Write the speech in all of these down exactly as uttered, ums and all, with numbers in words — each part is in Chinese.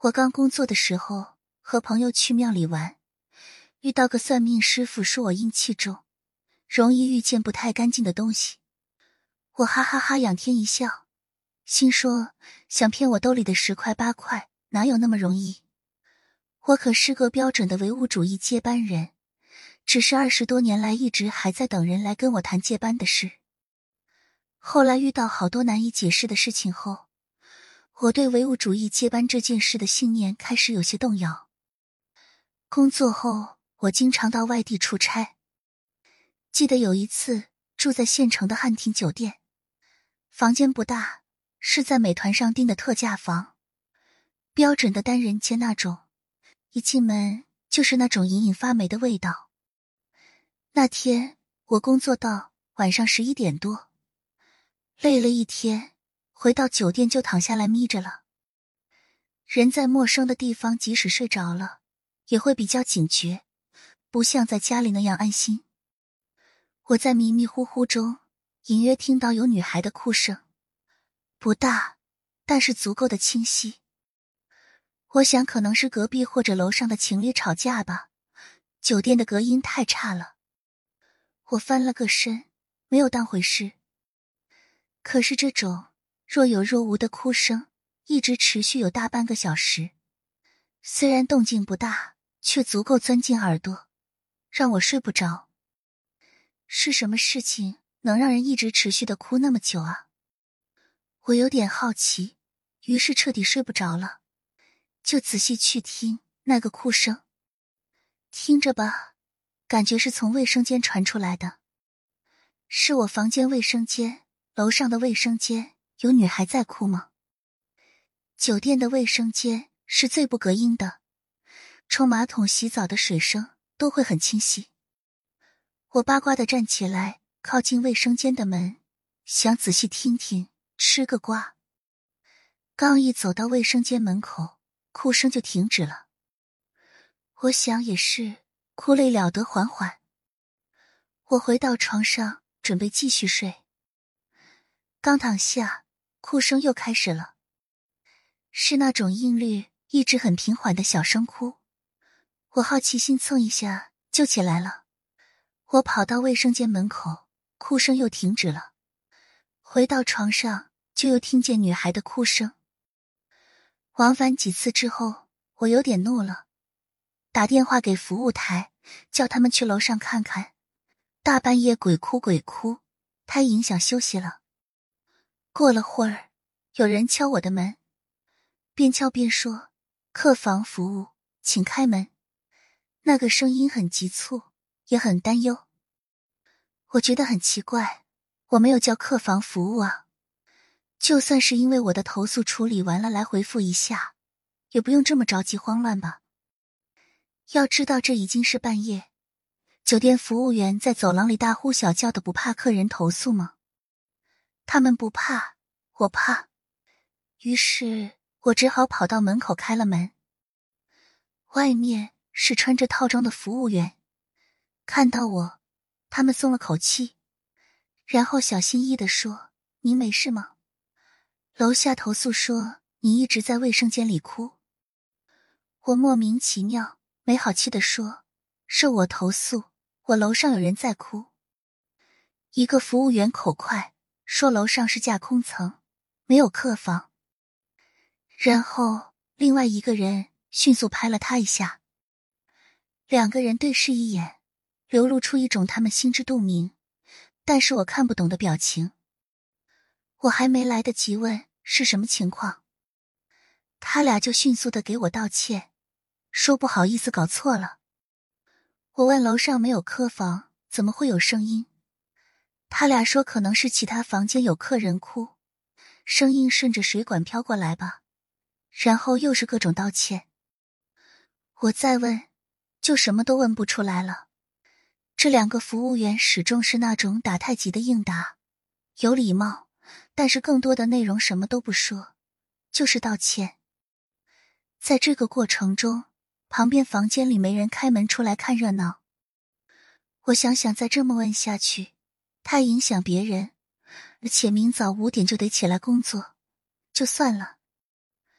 我刚工作的时候，和朋友去庙里玩，遇到个算命师傅说我阴气重，容易遇见不太干净的东西。我哈哈哈仰天一笑，心说想骗我兜里的十块八块，哪有那么容易？我可是个标准的唯物主义接班人，只是二十多年来一直还在等人来跟我谈接班的事。后来遇到好多难以解释的事情后，我对唯物主义接班这件事的信念开始有些动摇。工作后，我经常到外地出差。记得有一次住在县城的汉庭酒店，房间不大，是在美团上订的特价房，标准的单人间那种，一进门就是那种隐隐发霉的味道。那天我工作到晚上十一点多，累了一天，回到酒店就躺下来眯着了。人在陌生的地方即使睡着了，也会比较警觉，不像在家里那样安心。我在迷迷糊糊中隐约听到有女孩的哭声，不大，但是足够的清晰。我想可能是隔壁或者楼上的情侣吵架吧，酒店的隔音太差了。我翻了个身，没有当回事。可是这种若有若无的哭声一直持续有大半个小时，虽然动静不大，却足够钻进耳朵，让我睡不着。是什么事情能让人一直持续的哭那么久啊？我有点好奇，于是彻底睡不着了，就仔细去听那个哭声。听着吧，感觉是从卫生间传出来的。是我房间卫生间，楼上的卫生间有女孩在哭吗？酒店的卫生间是最不隔音的，冲马桶洗澡的水声都会很清晰。我八卦地站起来，靠近卫生间的门，想仔细听听，吃个瓜。刚一走到卫生间门口，哭声就停止了。我想也是，哭累了得缓缓。我回到床上，准备继续睡。刚躺下，哭声又开始了，是那种音律一直很平缓的小声哭。我好奇心蹭一下就起来了。我跑到卫生间门口，哭声又停止了。回到床上，就又听见女孩的哭声。往返几次之后，我有点怒了，打电话给服务台，叫他们去楼上看看。大半夜鬼哭鬼哭，太影响休息了。过了会儿，有人敲我的门，边敲边说：“客房服务，请开门。”那个声音很急促，也很担忧。我觉得很奇怪，我没有叫客房服务啊。就算是因为我的投诉处理完了来回复一下，也不用这么着急慌乱吧。要知道这已经是半夜，酒店服务员在走廊里大呼小叫的，不怕客人投诉吗？他们不怕，我怕。于是我只好跑到门口开了门。外面是穿着套装的服务员，看到我，他们松了口气，然后小心翼翼地说：“您没事吗？楼下投诉说你一直在卫生间里哭。”我莫名其妙，没好气地说：“是我投诉，我楼上有人在哭。”一个服务员口快，说楼上是架空层，没有客房。然后另外一个人迅速拍了他一下。两个人对视一眼，流露出一种他们心知肚明，但是我看不懂的表情。我还没来得及问是什么情况，他俩就迅速地给我道歉，说不好意思搞错了。我问楼上没有客房，怎么会有声音？他俩说可能是其他房间有客人哭，声音顺着水管飘过来吧。然后又是各种道歉。我再问，就什么都问不出来了。这两个服务员始终是那种打太极的应答，有礼貌，但是更多的内容什么都不说，就是道歉。在这个过程中，旁边房间里没人开门出来看热闹。我想想再这么问下去，太影响别人，而且明早五点就得起来工作，就算了。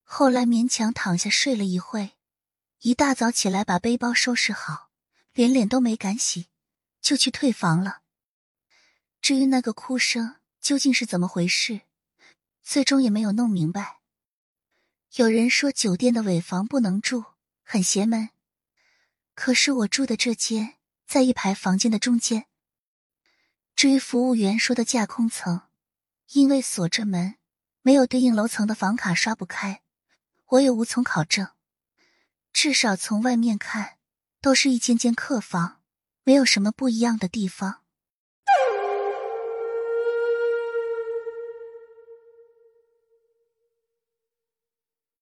后来勉强躺下睡了一会，一大早起来把背包收拾好，连脸都没敢洗，就去退房了。至于那个哭声究竟是怎么回事，最终也没有弄明白。有人说酒店的尾房不能住，很邪门，可是我住的这间在一排房间的中间。至于服务员说的架空层，因为锁着门，没有对应楼层的房卡刷不开，我也无从考证。至少从外面看，都是一间间客房，没有什么不一样的地方。